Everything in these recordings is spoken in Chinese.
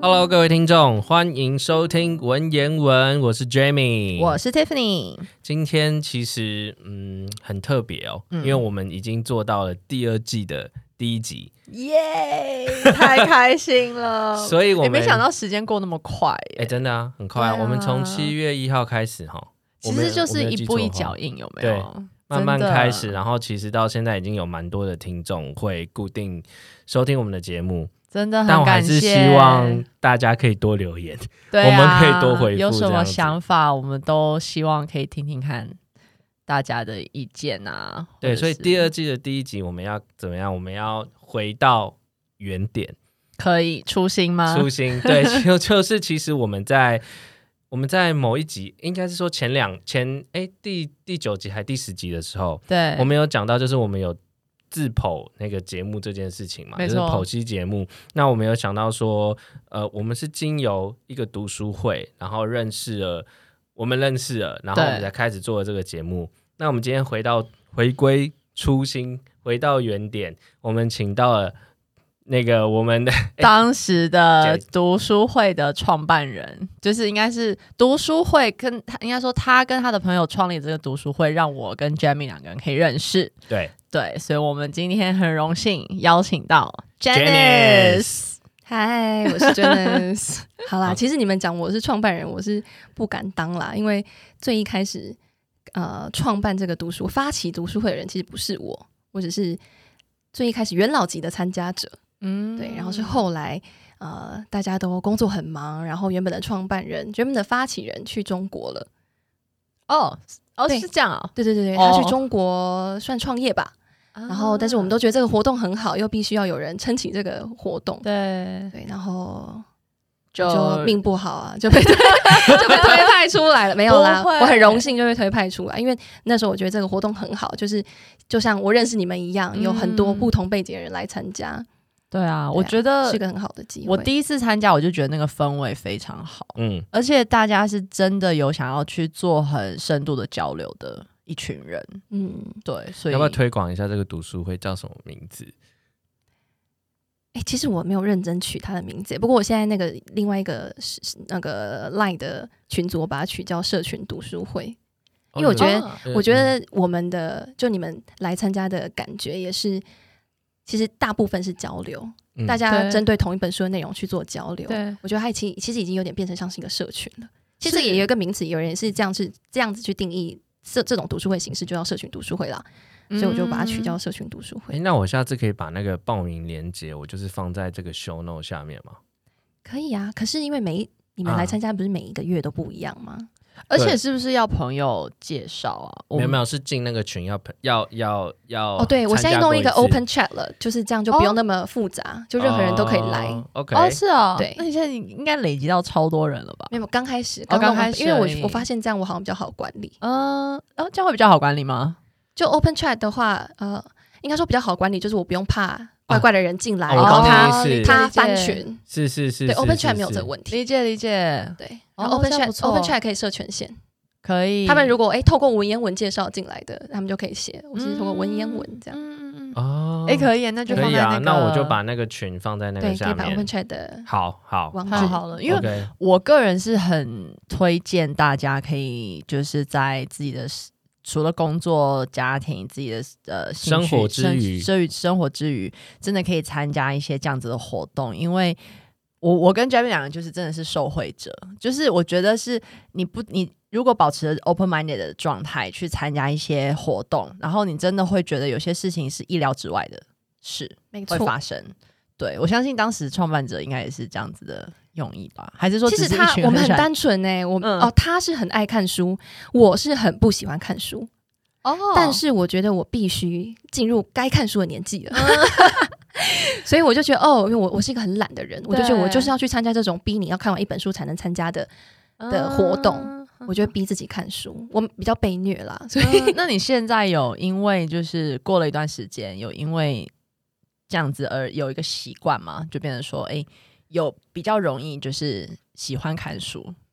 Hello， 各位听众，欢迎收听文言文，我是 Jamie， 我是 Tiffany。 今天其实很特别哦，因为我们已经做到了第二季的第一集， 耶、太开心了！ 所以我们没想到时间过那么快耶， 真的啊，很快啊！我们从7月1号开始哈， 其实就是一步一脚印，有没有？ 对，慢慢开始，然后其实到现在已经有蛮多的听众会固定收听我们的节目。 真的很但我还感谢， 是希望大家可以多留言， 对啊， 我们可以多回复。 有什么想法，我们都希望可以听听看大家的意见啊。 对，所以第二季的第一集我们要怎么样？我们要回到原点， 可以初心吗？ 初心，对，就是其实我们在某一集，应该是说第9集还第10集的时候， 对， 我们有讲到，就是我们有自剖那个节目这件事情嘛，就是剖析节目。那我们有想到说，我们是经由一个读书会，然后我们认识了，然后我们才开始做了这个节目。那我们今天回归初心，回到原点，我们请到了那个我们的当时的读书会的创办人，就是应该是读书会应该说他跟他的朋友创立这个读书会，让我跟 Jamie 两个人可以认识。对，所以我们今天很荣幸邀请到 Janice。 嗨，我是 Janice。好啦，其实你们讲我是创办人，我是不敢当啦，因为最一开始创办这个发起读书会的人其实不是我只是最一开始元老级的参加者。对，然后是后来大家都工作很忙，然后原本的创办人、原本的发起人去中国了。 是这样啊？ 对，他去中国算创业吧。然后但是我们都觉得这个活动很好，又必须要有人撑起这个活动。对，然后就命不好啊，就被推派出来了。没有啦，我很荣幸就被推派出来，因为那时候我觉得这个活动很好，就像我认识你们一样，有很多不同背景的人来参加。 对啊，我觉得是个很好的机会。 我第一次参加，我就觉得那个氛围非常好，而且大家是真的有想要去做很深度的交流的一群人。对，所以要不要推广一下这个读书会叫什么名字？ 其实我没有认真取他的名字，不过我现在另外一个那个 LINE 的群组，我把它取叫社群读书会，因为我觉得我们的就你们来参加的感觉也是。其实大部分是交流，大家针对同一本书的内容去做交流。我觉得它其实已经有点变成像是一个社群了。其实也有一个名词，有人也是这样子去定义这种读书会形式，就叫社群读书会啦。所以我就把它取叫社群读书会。 那我下次可以把那个报名链接，我就是放在这个 show note 下面吗？ 可以啊，可是因为你们来参加，不是每一个月都不一样吗？ 而且是不是要朋友介绍啊？ 没有，是进那个群要对，我现在弄一个 open chat 了，就是这样，就不用那么复杂，就任何人都可以来。 OK， 是啊， 对。 那你现在应该累积到超多人了吧？ 没有，刚开始，因为我发现这样我好像比较好管理。 这样会比较好管理吗？ 就 open chat 的话，应该说比较好管理，就是我不用怕怪怪的人进来， 然后他翻群。 是， 对 open chat 没有这个问题。 理解。 对，然后 open chat 可以设权限， 可以。 他们如果透过文言文介绍进来的，他们就可以写我是透过文言文这样。 可以，那就放在那个。 那我就把那个群放在那个下面。 对，可以把 open chat 的好太好了，因为我个人是很推荐大家可以就是在自己的。除了工作、家庭、自己的生活之余， 真的可以参加一些这样子的活动，因为我跟 Jamie 两个就是真的是受惠者，就是我觉得是你如果保持 open minded 的状态去参加一些活动，然后你真的会觉得有些事情是意料之外的事会发生。对，我相信当时创办者应该也是这样子的用意吧？还是说其实我们很单纯他是很爱看书，我是很不喜欢看书。但是我觉得我必须进入该看书的年纪了。所以我就觉得因为我是一个很懒的人，我就觉得我就是要去参加这种逼你要看完一本书才能参加的活动。我就逼自己看书，我比较被虐啦。所以那你现在有因为就是过了一段时间，有因为这样子而有一个习惯吗？就变成说有比较容易就是喜欢看书。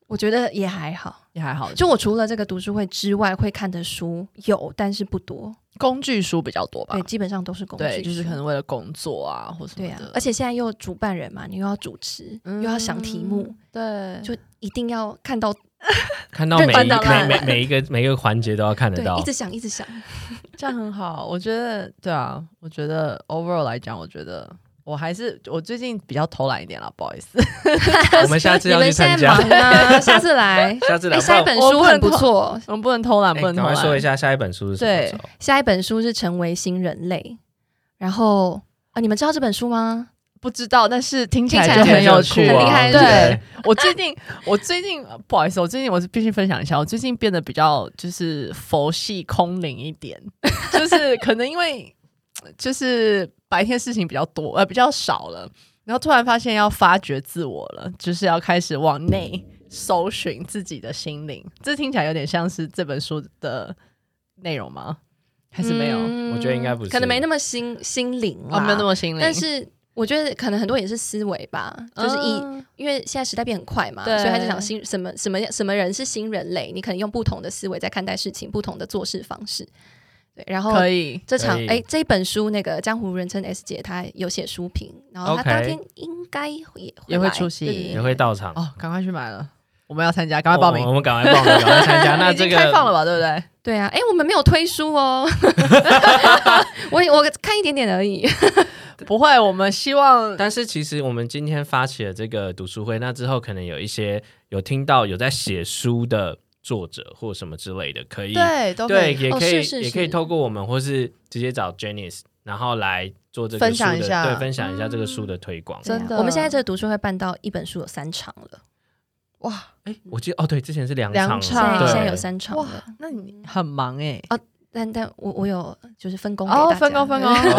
我觉得也还好， 也还好。 就我除了这个读书会之外，会看的书有，但是不多， 工具书比较多吧？ 对，基本上都是工具书， 对，就是可能为了工作啊或什么的。 对啊，而且现在又主办人嘛，你又要主持，又要想题目， 对， 就一定要看到每一个环节都要看得到， 一直想， 这样很好。我觉得，对啊，我觉得 overall 来讲，我觉得。我最近比较偷懒一点啦，不好意思。 我们下次要去参加， 你们现在忙啊，下次来。下一本书很不错， 我们不能偷懒，不能偷懒。 赶快说一下下一本书是什么？ 对，下一本书是《成为新人类》。然后你们知道这本书吗？ 不知道，但是听起来就很有趣， 很厉害。 对，我最近不好意思，我必须分享一下，我最近变得比较就是佛系空灵一点，就是可能因为就是白天事情比较多，比较少了，然后突然发现要发掘自我了，就是要开始往内搜寻自己的心灵。这听起来有点像是这本书的内容吗？还是没有？ 我觉得应该不是， 可能没那么心灵啦， 没有那么心灵。 但是我觉得可能很多也是思维吧，就是因为现在时代变很快嘛，所以他就想什么人是新人类，你可能用不同的思维在看待事情，不同的做事方式。对，然后可以这一本书那个江湖人称 S 姐她有写书评，然后她当天应该也会出席， 也会到场哦，赶快去买了。我们要参加，赶快报名！ 我们赶快报名，赶快参加。那这个开放了吧？对不对？ 对啊，我们没有推书哦，我看一点点而已。 不会，我们希望。 但是其实我们今天发起了这个读书会，那之后可能有一些有听到有在写书的作者或什么之类的，可以对，也可以也可以透过我们，或是直接找 Janice， 然后来做这个分享一下， 对，分享一下这个书的推广。 真的， 我们现在这个读书会办到一本书有3场了。 哇， 我记得对，之前是2场， 现在有3场了。 那你很忙但我有就是分工给大家， 分工。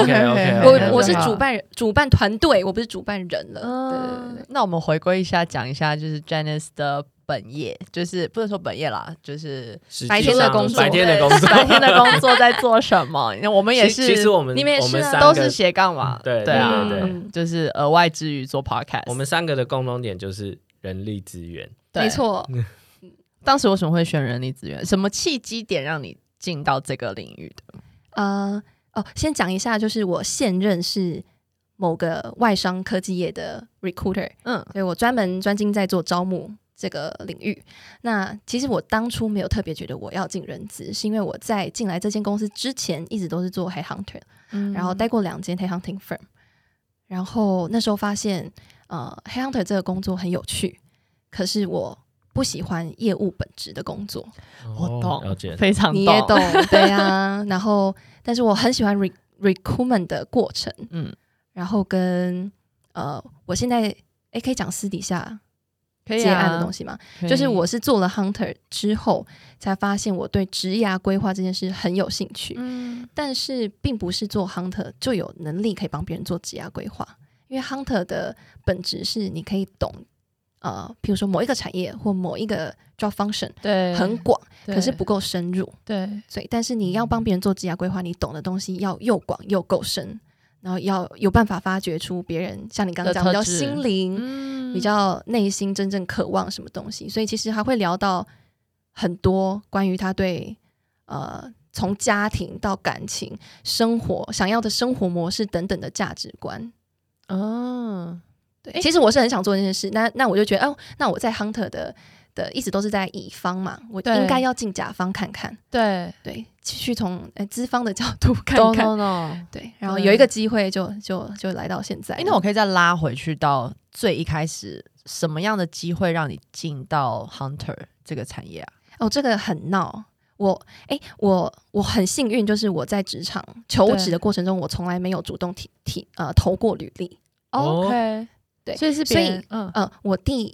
OK， 我是主办团队，我不是主办人了。对。 那我们回归一下，讲一下就是 Janice 的本业，就是不能说本业啦，就是白天的工作， 白天的工作在做什么？我们也是， 其实我们都是斜杠嘛， 对啊，就是额外之余做 podcast。 我们3个的共同点就是人力资源， 没错。 当时为什么会选人力资源？什么契机点让你进到这个领域的？ 先讲一下，就是我现任是某个外商科技业的 recruiter， 所以我专精在做招募这个领域。那其实我当初没有特别觉得我要进人资，是因为我在进来这间公司之前一直都是做 headhunter，然后待过2间 headhunting firm， 然后那时候发现headhunter 这个工作很有趣，可是我不喜欢业务本质的工作。 我懂， 了解， 非常懂， 你也懂，对啊。然后，但是我很喜欢 recruitment 的过程，然后跟我现在可以讲私底下接案的东西吗？就是我是做了 hunter 之后，才发现我对职涯规划这件事很有兴趣，但是并不是做 hunter 就有能力可以帮别人做职涯规划，因为 hunter 的本质是你可以懂。比如说某一个产业或某一个 job function， 对， 很广，可是不够深入， 对， 所以但是你要帮别人做职业规划，你懂的东西要又广又够深，然后要有办法发掘出别人像你刚刚讲比较心灵、比较内心真正渴望什么东西，所以其实还会聊到很多关于他对从家庭到感情、生活想要的生活模式等等的价值观。对，其实我是很想做这件事，那我就觉得那我在 hunter 的一直都是在乙方嘛，我应该要进甲方看看，对，去从资方的角度看看，对，然后有一个机会就来到现在。 那我可以再拉回去到最一开始，什么样的机会让你进到 hunter 这个产业啊？ 这个很闹。我很幸运，就是我在职场求职的过程中，我从来没有主动投过履历。 OK。 对， 所以我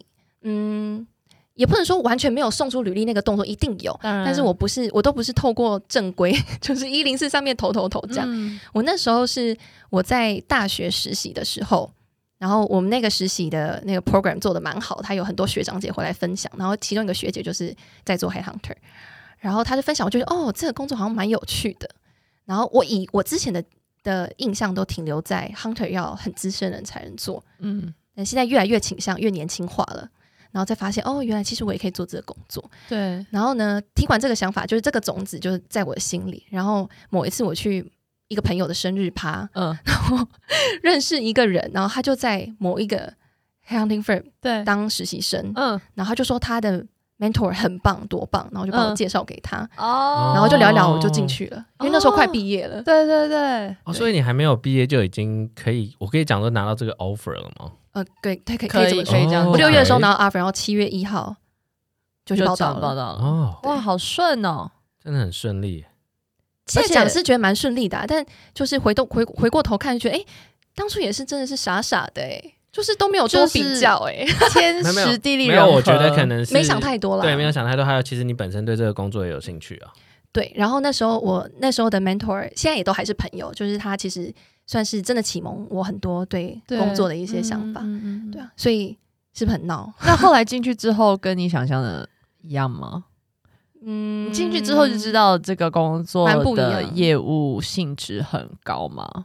也不能说完全没有送出履历那个动作，一定有，但是我都不是透过正规，就是104上面投这样。我那时候是我在大学实习的时候，然后我们那个实习的那个 program 做的蛮好，他有很多学长姐回来分享，然后其中一个学姐就是在做 headhunter， 然后他就分享，我觉得这个工作好像蛮有趣的，然后我之前的印象都停留在 hunter 要很资深人才能做，但现在越来越倾向越年轻化了。 然后再发现原来其实我也可以做这个工作。 对， 然后呢，听完这个想法，就是这个种子就是在我的心里。然后某一次我去一个朋友的生日趴，然后认识一个人，然后他就在某一个 hunting firm 当实习生，然后他就说他的 mentor 很棒，多棒，然后就帮我介绍给他，然后就聊一聊，我就进去了，因为那时候快毕业了。 对对对， 所以你还没有毕业就已经我可以讲说拿到这个 offer 了吗？ 对，可以这么说， 可以这样。 我6月的时候拿到 offer， 然后7月1号就去报道了。 哇，好顺哦， 真的很顺利。 现在讲是觉得蛮顺利的，但就是回过头看，就觉得当初也是真的是傻傻的就是都没有多比较天时地利人和。 没有，我觉得可能是没想太多啦。 对，没有想太多。还有，其实你本身对这个工作也有兴趣啊。 对，然后那时候的 mentor 现在也都还是朋友，就是他其实算是真的启蒙我很多对工作的一些想法。对啊，所以是不是很闹？ 那后来进去之后，跟你想象的一样吗？你进去之后就知道这个工作的业务性质很高吗？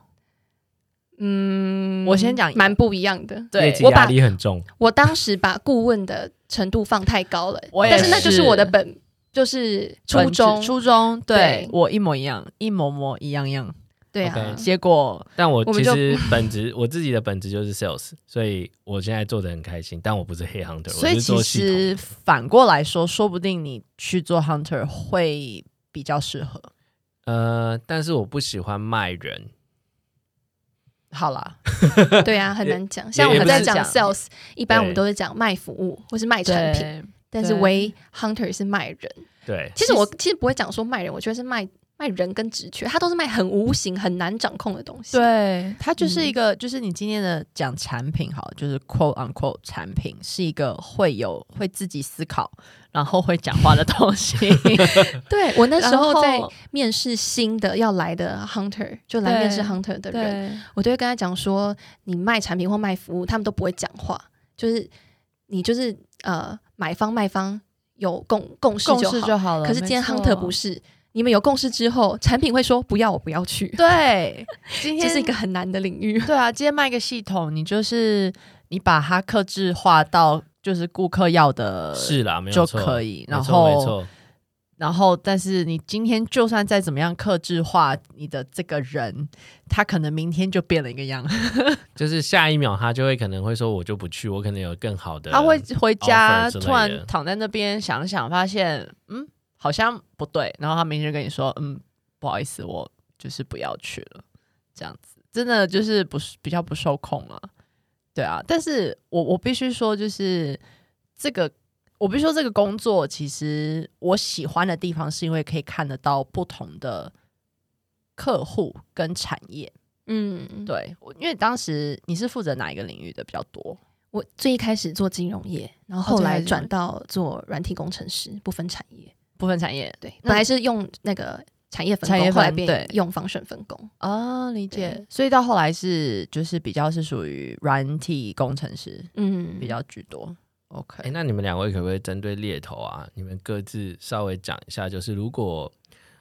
我先讲， 蛮不一样的。 对，业绩压力很重。 我当时把顾问的程度放太高了，但是那就是我的就是初中， 对我一模一样，一模一样。 对啊， 结果， 但我其实我自己的本质就是 sales， 所以我现在做得很开心。但我不是黑 hunter， 所以其实反过来说，说不定你去做 hunter 会比较适合。 但是我不喜欢卖人。 好啦， 对啊，很难讲。像我们在讲 sales， 一般我们都是讲卖服务或是卖产品，但是唯 hunter 是卖人。 对， 其实不会讲说卖人，我觉得是卖人跟职缺，它都是卖很无形、很难掌控的东西。 对，它就是一个，就是你今天的讲产品好，就是 quote unquote 产品是一个会自己思考，然后会讲话的东西。 对，我那时候在面试新的要来的 hunter， 就来面试 hunter 的人，我都会跟他讲说，你卖产品或卖服务，他们都不会讲话，就是你就是买方卖方有共识就好了。可是今天 hunter 不是。你们有共识之后，产品会说不要，我不要去。对，今天这是一个很难的领域。 对啊，今天卖一个系统，你把它客制化到就是顾客要的是啦，没有错就可以。然后，但是你今天就算再怎么样客制化，你的这个人，他可能明天就变了一个样。 就是下一秒他就会可能会说我就不去，我可能有更好的。 他会回家突然躺在那边想想，发现好像不对，然后他明天就跟你说，不好意思，我就是不要去了，这样子真的就是比较不受控了，对啊。但是我必须说，就是我必须说这个工作，其实我喜欢的地方是因为可以看得到不同的客户跟产业，对，因为当时你是负责哪一个领域的比较多？ 我最一开始做金融业，然后后来转到做软体工程师，不分产业。对，本来是用那个产业分工，后来变用function分工。 理解。所以到后来就是比较是属于软体工程师，比较居多。OK， 那你们两位可不可以针对猎头啊，你们各自稍微讲一下，就是如果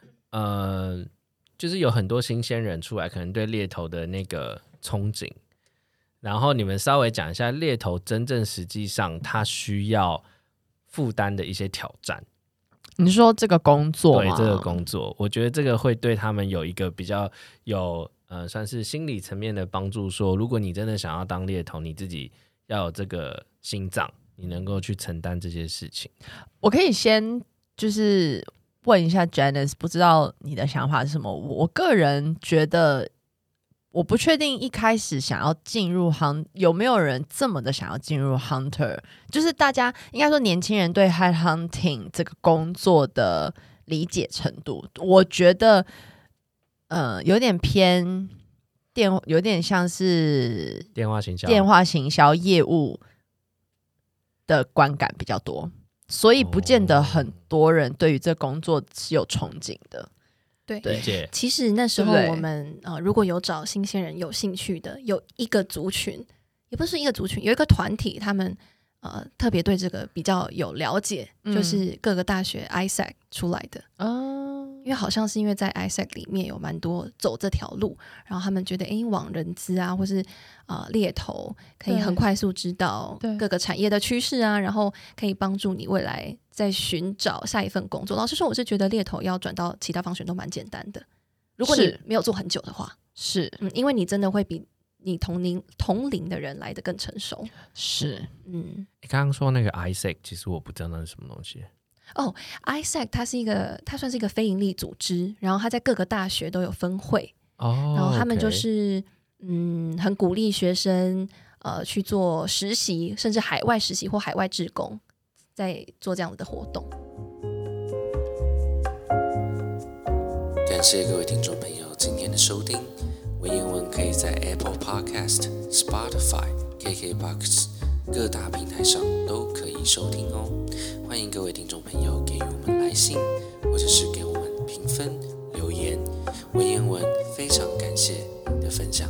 就是有很多新鲜人出来，可能对猎头的那个憧憬，然后你们稍微讲一下猎头真正实际上他需要负担的一些挑战。 你说这个工作吗？ 对，这个工作，我觉得这个会对他们有一个比较有算是心理层面的帮助。说，如果你真的想要当猎头，你自己要有这个心脏，你能够去承担这些事情。 我可以先就是问一下 Janice， 不知道你的想法是什么？我个人觉得，我不确定一开始想要进入有没有人这么的想要进入 hunter， 就是大家应该说年轻人对 headhunting 这个工作的理解程度，我觉得有点偏有点像是电话行销业务的观感比较多，所以不见得很多人对于这工作是有憧憬的。 对，其实那时候我们如果有找新鲜人有兴趣的，有一个族群，也不是一个族群，有一个团体，他们特别对这个比较有了解，就是各个大学 ISAC 出来的因为好像是因为在 ISEC 里面有蛮多走这条路，然后他们觉得往人资啊，或是猎头可以很快速知道各个产业的趋势啊，然后可以帮助你未来在寻找下一份工作。老实说，我是觉得猎头要转到其他方选都蛮简单的，如果你没有做很久的话， 是因为你真的会比你同龄的人来得更成熟。 是， 你刚刚说那个 ISEC， 其实我不知道那是什么东西。 ISEC 它算是一个非营利组织，然后它在各个大学都有分会，然后他们就是很鼓励学生去做实习，甚至海外实习或海外志工，在做这样的活动。 感谢各位听众朋友今天的收听，文言文可以在 Apple Podcast、Spotify、KKBOX 各大平台上都可以收听哦。欢迎各位听众朋友给予我们来信，或者是给我们评分留言。文言文非常感谢你的分享。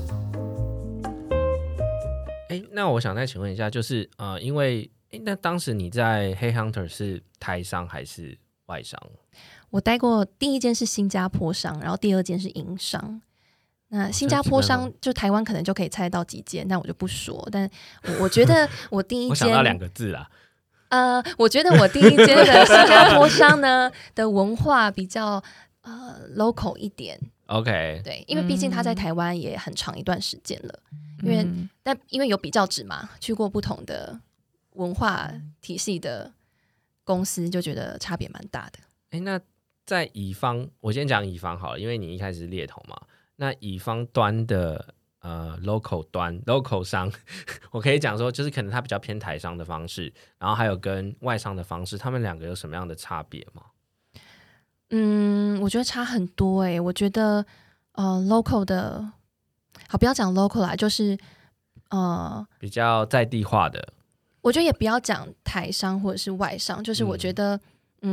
那我想再请问一下，就是因为那当时你在黑 Hunter 是台商还是外商？ 我待过第一间是新加坡商，然后第二间是英商。那新加坡商就台湾可能就可以猜到几间，但我就不说。但我觉得我第一间我想到2个字啦。 我觉得我第一间的新加坡商呢的文化比较local 一点。 OK， 对，因为毕竟他在台湾也很长一段时间了，因为有比较值嘛，去过不同的文化体系的公司，就觉得差别蛮大的。 那在乙方，我先讲乙方好了，因为你一开始是猎头嘛。那乙方端的local 商，我可以讲说，就是可能它比较偏台商的方式，然后还有跟外商的方式，他们2个有什么样的差别吗？ 我觉得差很多我觉得local 的，好，不要讲 local 啦，就是比较在地化的。 我觉得也不要讲台商或者是外商，就是我觉得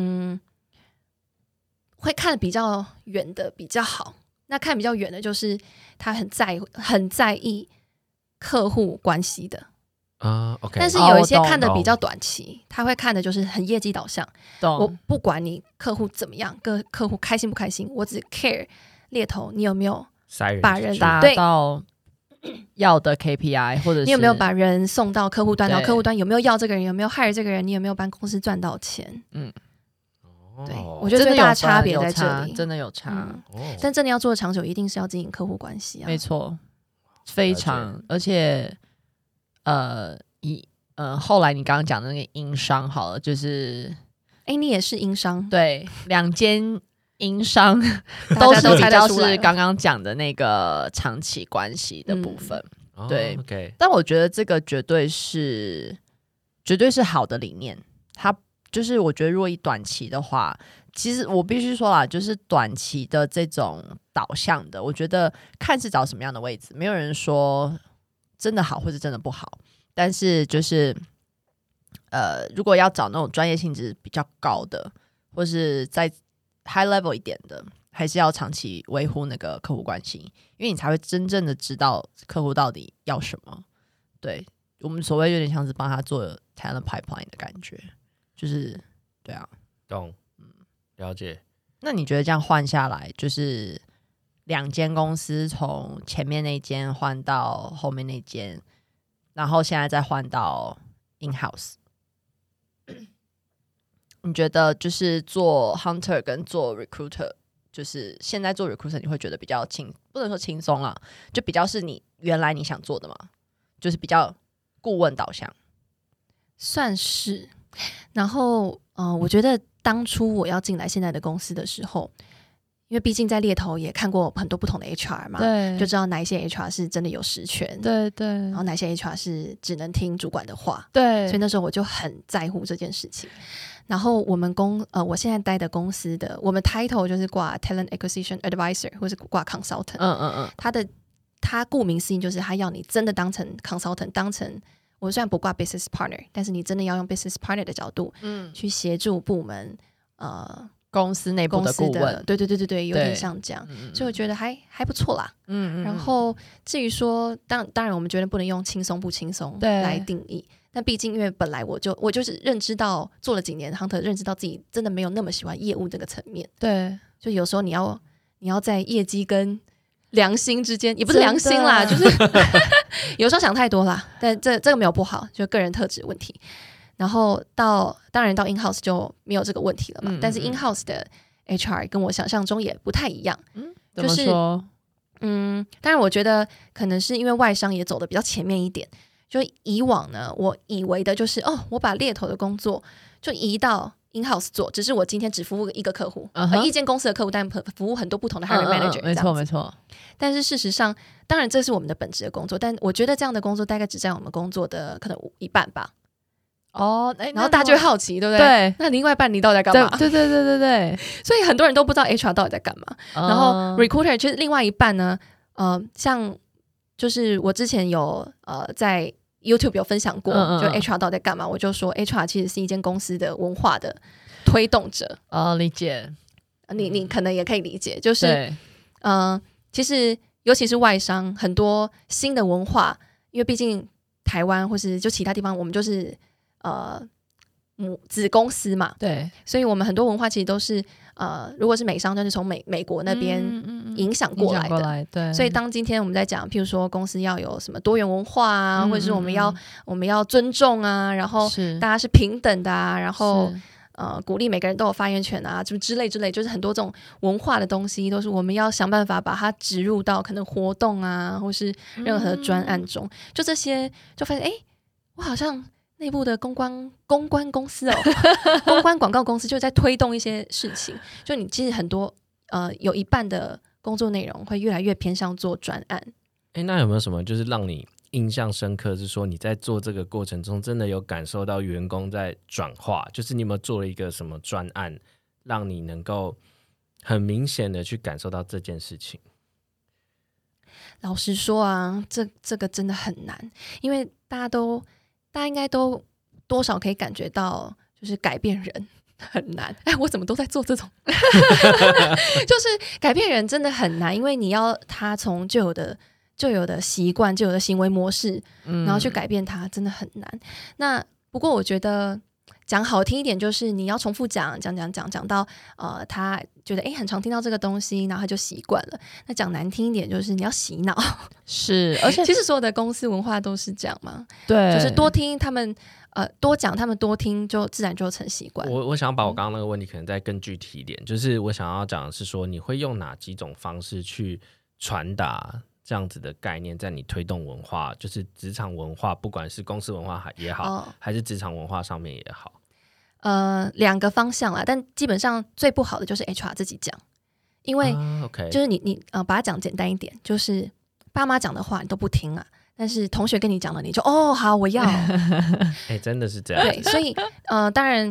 会看得比较远的比较好。那看比较远的就是他很在意客户关系的 OK， 但是有一些看的比较短期，他会看的就是很业绩导向。我不管你客户怎么样，客户开心不开心，我只 care 猎头你有没有把人达到要的 KPI， 或者是你有没有把人送到客户端，然后客户端有没有要这个人，有没有 hire 这个人，你有没有帮公司赚到钱。对，我觉得最大的差别在这里， 真的有差。 但真的要做的长久，一定是要经营客户关系啊。 没错，非常，而且后来你刚刚讲的那个英商好了，就是你也是英商， 对，2间英商都是比较是刚刚讲的那个长期关系的部分。对， okay， 但我觉得这个绝对是好的理念。它就是我觉得如果以短期的话，其实我必须说啦，就是短期的这种导向的，我觉得看是找什么样的位置，没有人说真的好或是真的不好。但是就是如果要找那种专业性质比较高的，或是在 high level 一点的，还是要长期维护那个客户关系，因为你才会真正的知道客户到底要什么。对，我们所谓有点像是帮他做 talent pipeline 的感觉，就是对啊， 懂，了解。 那你觉得这样换下来，就是2间公司从前面那间换到后面那间，然后现在再换到 in house， 你觉得就是做 hunter 跟做 recruiter， 就是现在做 recruiter 你会觉得比较不能说轻松啦，就比较是你原来你想做的嘛，就是比较顾问导向， 算是。然后我觉得当初我要进来现在的公司的时候，因为毕竟在猎头也看过很多不同的 HR 嘛， 对， 就知道哪一些 HR 是真的有实权， 对对， 然后哪些 HR 是只能听主管的话， 对， 所以那时候我就很在乎这件事情。然后我现在待的公司的我们 title 就是挂 Talent Acquisition Advisor 或是挂 Consultant，他顾名思义就是他要你真的当成 Consultant， 当成我虽然不挂 Business Partner， 但是你真的要用 Business Partner 的角度，去协助部门公司内部的顾问， 对，有点像这样，所以我觉得还不错啦。然后至于说，当然我们觉得不能用轻松不轻松来定义，但毕竟因为本来我就是认知到做了几年 Hunter， 认知到自己真的没有那么喜欢业务这个层面， 对， 就有时候你要在业绩跟良心之间，也不是良心啦，就是有时候想太多啦，但这个没有不好，就个人特质问题。然后当然到 in-house 就没有这个问题了嘛，但是 in-house 的 HR 跟我想象中也不太一样。 怎么说？ 当然我觉得可能是因为外商也走得比较前面一点，就以往呢，我以为的就是我把猎头的工作就移到 in-house 做，只是我今天只服务一个客户，一间公司的客户，但服务很多不同的 hiring manager， 没错没错。 但是事实上，当然这是我们的本职的工作，但我觉得这样的工作大概只占我们工作的可能一半吧。然后大家就会好奇，对不对？ 对， 那另外一半你到底在干嘛？ 对，所以很多人都不知道 HR 到底在干嘛。然后 recruiter 其实另外一半呢，像就是我之前有在 YouTube 有分享过，就 HR 到底在干嘛？我就说 HR 其实是一间公司的文化的推动者。 理解。 你可能也可以理解，就是其实尤其是外商很多新的文化，因为毕竟台湾或是就其他地方，我们就是子公司嘛， 对， 所以我们很多文化其实都是如果是美商，就是从美国那边影响过来的。 对， 所以当今天我们在讲，譬如说公司要有什么多元文化啊，或者是我们要尊重啊，然后大家是平等的啊，然后鼓励每个人都有发言权啊，之类，就是很多这种文化的东西，都是我们要想办法把它植入到可能活动啊，或是任何专案中。就这些，就发现我好像内部的公关公司公关广告公司就在推动一些事情。就你其实很多有一半的工作内容会越来越偏向做专案。 那有没有什么就是让你印象深刻，是说你在做这个过程中真的有感受到员工在转化，就是你有没有做了一个什么专案让你能够很明显的去感受到这件事情？ 老实说啊，这个真的很难，因为大家应该都多少可以感觉到，就是改变人很难。我怎么都在做这种就是改变人真的很难，因为你要他从旧有的习惯、旧有的行为模式，然后去改变它，真的很难。那不过我觉得讲好听一点，就是你要重复讲到他觉得很常听到这个东西，然后他就习惯了。那讲难听一点，就是你要洗脑。 是，而且其实所有的公司文化都是这样嘛。 对， 就是多听他们多讲，他们多听，就自然就成习惯。 我想把我刚刚那个问题可能再更具体一点，就是我想要讲的是说，你会用哪几种方式去传达这样子的概念，在你推动文化，就是职场文化，不管是公司文化也好，还是职场文化上面也好。 两个方向啦，但基本上最不好的就是 HR 自己讲，因为就是你把它讲简单一点，就是爸妈讲的话你都不听啊，但是同学跟你讲了，你就好我要。 真的是这样。 对，所以当然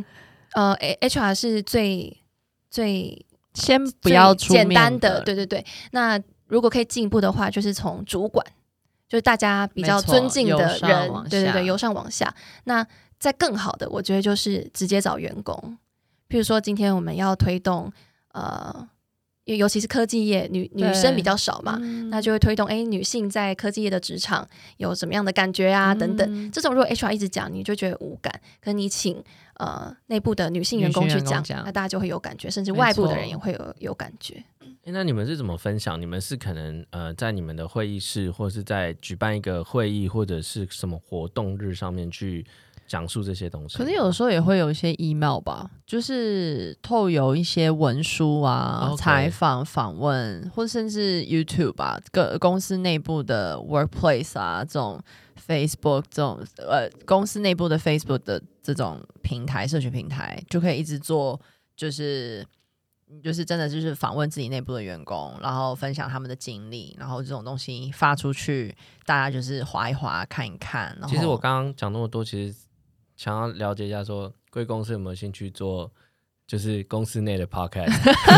HR 是最先不要出面简单的，对。那如果可以进一步的话，就是从主管，就是大家比较尊敬的人，对，由上往下。那再更好的，我觉得就是直接找员工。譬如说，今天我们要推动尤其是科技业，女生比较少嘛，那就会推动女性在科技业的职场有什么样的感觉啊，等等。这种如果 HR 一直讲，你就觉得无感。可你请内部的女性员工去讲，那大家就会有感觉，甚至外部的人也会有感觉。 那你们是怎么分享？你们是可能在你们的会议室，或是在举办一个会议，或者是什么活动日上面去讲述这些东西？ 可能有的时候也会有一些 email 吧，就是透有一些文书啊、采访、访问，或甚至 YouTube 吧，各公司内部的 workplace 啊，这种 Facebook 这种公司内部的 Facebook 的这种平台、社群平台，就可以一直做，就是真的就是访问自己内部的员工，然后分享他们的经历，然后这种东西发出去，大家就是滑一滑看一看。然后其实我刚刚讲那么多，其实想要了解一下说贵公司有没有兴趣做就是公司内的 podcast。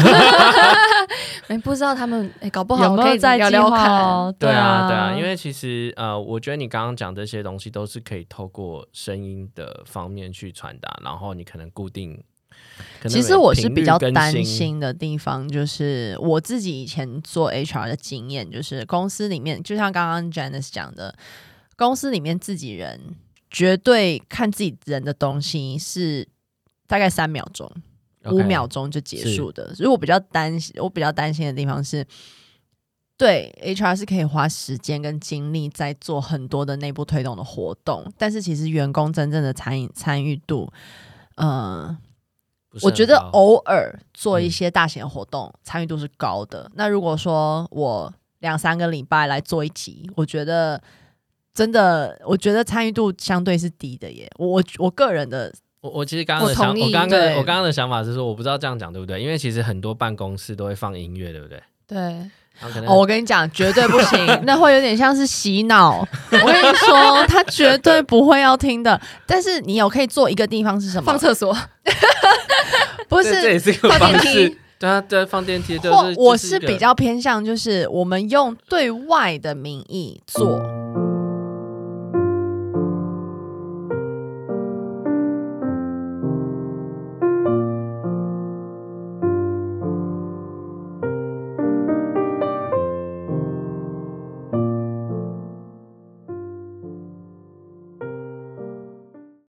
不知道他们搞不好有没有在聊聊看。 对啊，因为其实我觉得你刚刚讲这些东西都是可以透过声音的方面去传达，然后你可能固定。 其实我是比较担心的地方，就是我自己以前做 HR 的经验，就是公司里面就像刚刚 Janice 讲的，公司里面自己人绝对看自己人的东西是大概3秒钟， 5秒钟就结束的。所以我比较担心的地方是，对 HR 是可以花时间跟精力在做很多的内部推动的活动，但是其实员工真正的参与度，我觉得偶尔做一些大型的活动，参与度是高的。那如果说我2-3个礼拜来做一集，我觉得真的，我觉得参与度相对是低的耶。我个人的， 我其实刚刚的想法是说，我不知道这样讲对不对，因为其实很多办公室都会放音乐，对不对？ 对。 我跟你讲，绝对不行，那会有点像是洗脑。我跟你说，他绝对不会要听的。但是你可以做一个地方是什么？ 放厕所， 不是， 这也是个方式。对，放电梯。 我是比较偏向，就是我们用对外的名义做，